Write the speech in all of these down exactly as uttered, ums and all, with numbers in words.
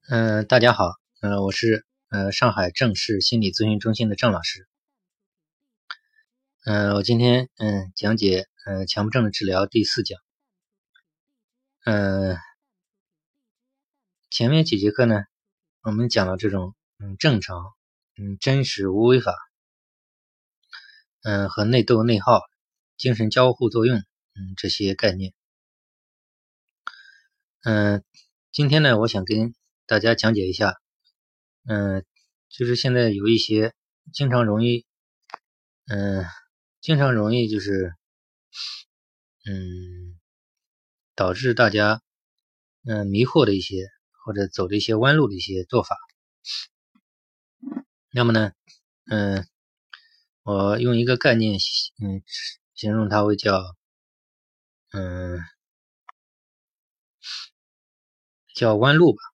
嗯、呃大家好，呃，我是呃上海正视心理咨询中心的郑老师。呃，我今天嗯讲解呃强迫症的治疗第四讲。呃，前面几节课呢，我们讲了这种嗯正常、嗯真实无为法，嗯、和内斗内耗、精神交互作用嗯这些概念。嗯、今天呢，我想跟大家讲解一下，嗯、就是现在有一些经常容易嗯、经常容易就是嗯，导致大家嗯、呃迷惑的一些或者走的一些弯路的一些做法。那么呢，嗯、呃，我用一个概念，嗯，形容它为叫嗯、呃、叫弯路吧。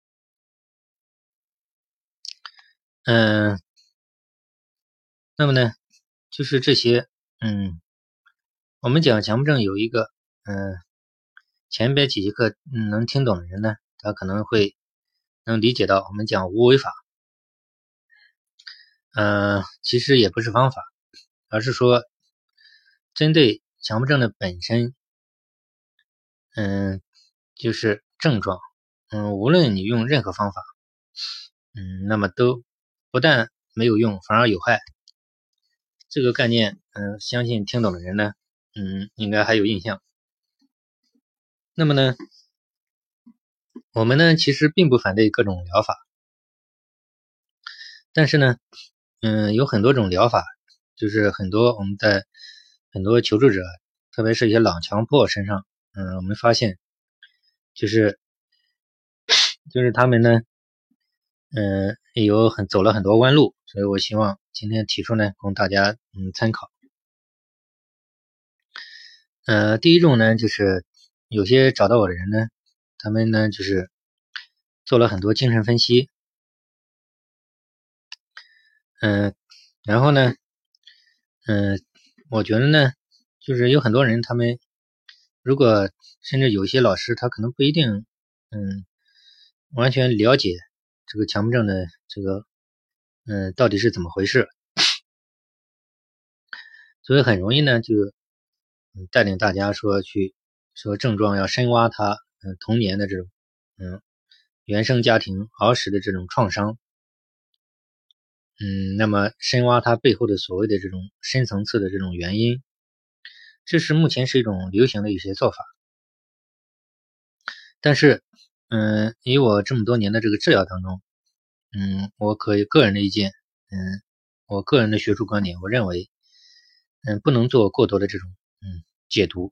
嗯、呃，那么呢，就是这些嗯，我们讲强迫症有一个嗯、呃，前边几节课嗯能听懂的人呢，他可能会能理解到我们讲无为法。嗯、呃，其实也不是方法，而是说针对强迫症的本身，嗯，就是症状，嗯，无论你用任何方法，嗯，那么都不但没有用，反而有害。这个概念，嗯，相信听懂的人呢，嗯，应该还有印象。那么呢，我们呢其实并不反对各种疗法，但是呢，嗯，有很多种疗法，就是很多我们在很多求助者，特别是一些老强迫身上，嗯，我们发现就是就是他们呢，嗯，有很走了很多弯路，所以我希望今天提出呢，供大家嗯参考。呃，第一种呢，就是有些找到我的人呢，他们呢就是做了很多精神分析，嗯、然后呢，嗯、我觉得呢，就是有很多人他们如果甚至有些老师他可能不一定嗯完全了解这个强迫症的这个嗯到底是怎么回事，所以很容易呢就嗯带领大家说去说症状要深挖他嗯童年的这种嗯原生家庭儿时的这种创伤，嗯，那么深挖他背后的所谓的这种深层次的这种原因，这是目前是一种流行的一些做法。但是，嗯，以我这么多年的这个治疗当中，嗯，我可以个人的意见，嗯，我个人的学术观点，我认为，嗯，不能做过多的这种嗯解读，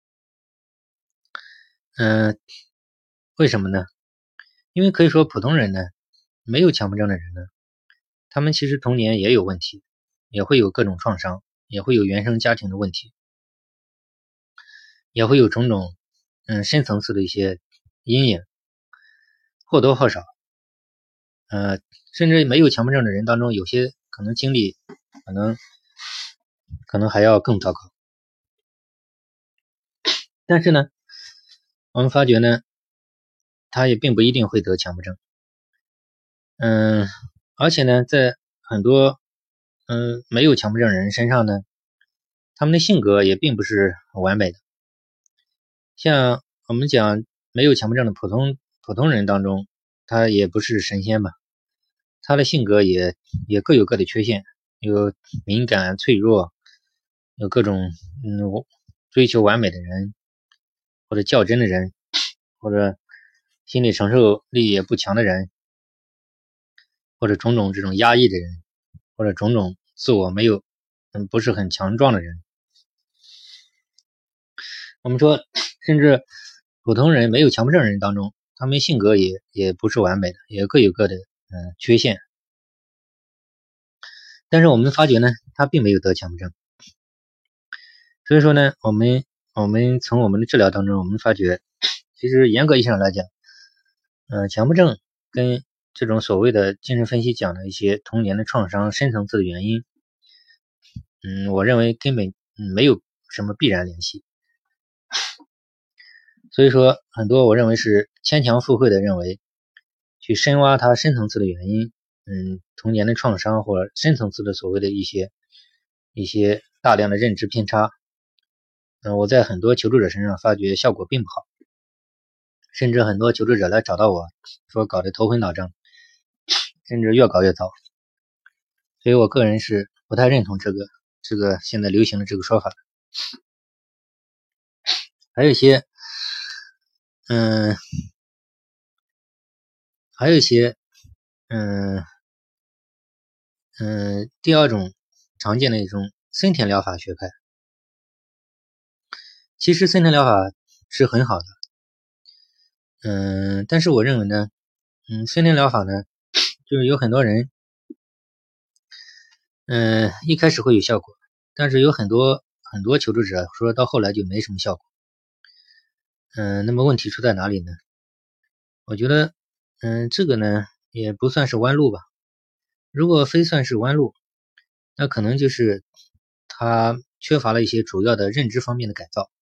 嗯，为什么呢？因为可以说普通人呢，没有强迫症的人呢，他们其实童年也有问题，也会有各种创伤，也会有原生家庭的问题，也会有种种嗯深层次的一些阴影，或多或少，呃，甚至没有强迫症的人当中，有些可能经历可能可能还要更糟糕。但是呢，我们发觉呢，他也并不一定会得强迫症。嗯，而且呢，在很多嗯没有强迫症人身上呢，他们的性格也并不是完美的。像我们讲没有强迫症的普通普通人当中，他也不是神仙吧，他的性格也也各有各的缺陷，有敏感脆弱，有各种嗯追求完美的人，或者较真的人，或者心理承受力也不强的人，或者种种这种压抑的人，或者种种自我没有嗯不是很强壮的人。我们说，甚至普通人没有强迫症人当中，他们性格也也不是完美的，也各有各的嗯缺陷。但是我们发觉呢，他并没有得强迫症。所以说呢，我们我们从我们的治疗当中，我们发觉，其实严格意义上来讲，嗯、呃，强迫症跟这种所谓的精神分析讲的一些童年的创伤、深层次的原因，嗯，我认为根本嗯没有什么必然联系。所以说，很多我认为是牵强附会的认为， 去深挖它深层次的原因，嗯，童年的创伤或者深层次的所谓的一些一些大量的认知偏差。嗯，我在很多求助者身上发觉效果并不好，甚至很多求助者来找到我说搞得头昏脑胀，甚至越搞越糟。所以我个人是不太认同这个这个现在流行的这个说法。还有一些嗯还有一些嗯嗯第二种常见的一种森田疗法学派。其实森田疗法是很好的，嗯，但是我认为呢，嗯，森田疗法呢，就是有很多人，嗯，一开始会有效果，但是有很多很多求助者说到后来就没什么效果。嗯，那么问题出在哪里呢？我觉得，嗯，这个呢也不算是弯路吧。如果非算是弯路，那可能就是他缺乏了一些主要的认知方面的改造，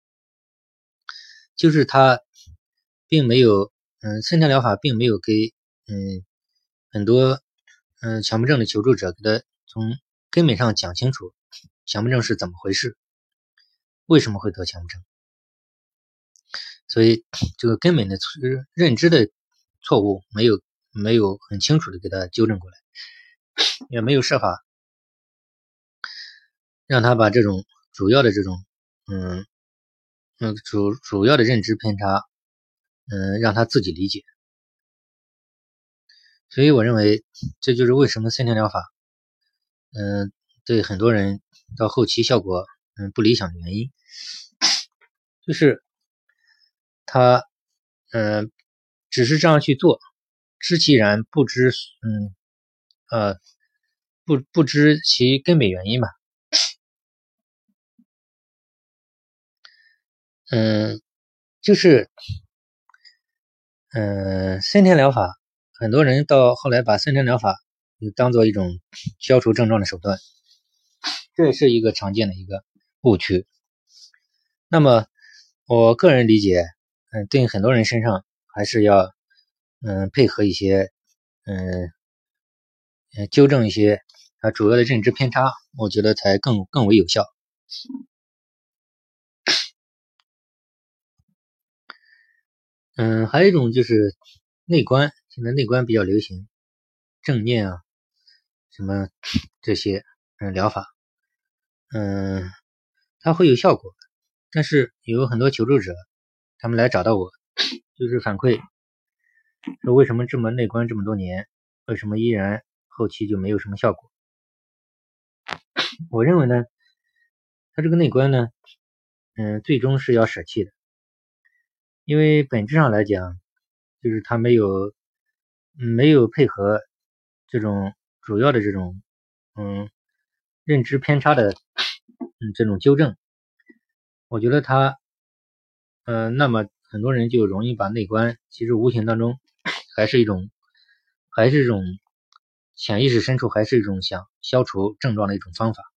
就是他并没有，嗯，森田疗法并没有给，嗯，很多，嗯，强迫症的求助者给他从根本上讲清楚强迫症是怎么回事，为什么会得强迫症。所以这个根本的认知的错误没有没有很清楚的给他纠正过来，也没有设法让他把这种主要的这种嗯嗯主主要的认知偏差嗯让他自己理解。所以我认为这就是为什么森田疗法嗯对很多人到后期效果嗯不理想的原因，就是他嗯只是这样去做，知其然不知嗯呃不不知其根本原因嘛。嗯，就是嗯森田疗法，很多人到后来把森田疗法当做一种消除症状的手段，这也是一个常见的一个误区。那么我个人理解，嗯，对很多人身上还是要嗯配合一些嗯嗯纠正一些它主要的认知偏差，我觉得才更更为有效。嗯，还有一种就是内观，现在内观比较流行，正念啊，什么这些嗯疗法，嗯，它会有效果，但是有很多求助者，他们来找到我，就是反馈说为什么这么内观这么多年，为什么依然后期就没有什么效果？我认为呢，他这个内观呢，嗯，最终是要舍弃的，因为本质上来讲，就是他没有，嗯，没有配合这种主要的这种，嗯，认知偏差的，嗯，这种纠正，我觉得他，呃，那么很多人就容易把内观，其实无形当中还是一种，还是一种潜意识深处还是一种想消除症状的一种方法。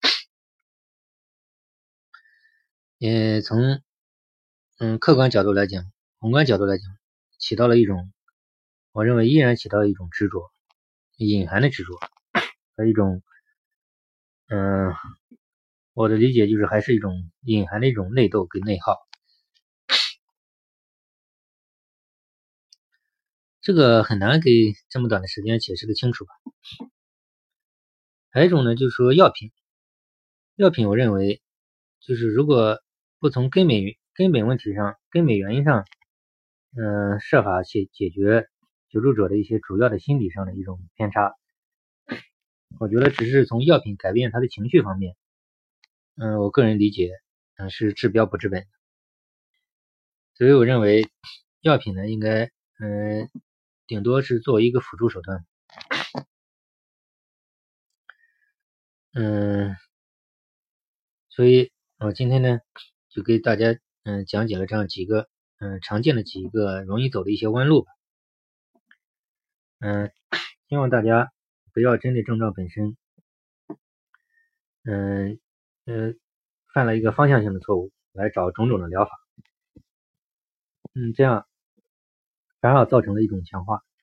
也从嗯客观角度来讲，宏观角度来讲，起到了一种，我认为依然起到了一种执着，隐含的执着和一种，嗯，我的理解就是还是一种隐含的一种内斗跟内耗。这个很难给这么短的时间解释的清楚吧。还有一种呢，就是说药品，药品我认为就是如果不从根本根本问题上、根本原因上，嗯，设法去解决求助者的一些主要的心理上的一种偏差，我觉得只是从药品改变他的情绪方面，嗯，我个人理解，嗯，是治标不治本。所以我认为药品呢，应该，嗯，顶多是作为一个辅助手段。嗯，所以我今天呢，就给大家，嗯，讲解了这样几个，嗯，常见的几个容易走的一些弯路吧。嗯，希望大家不要针对症状本身，嗯，呃，犯了一个方向性的错误，来找种种的疗法，嗯，这样反而造成了一种强化。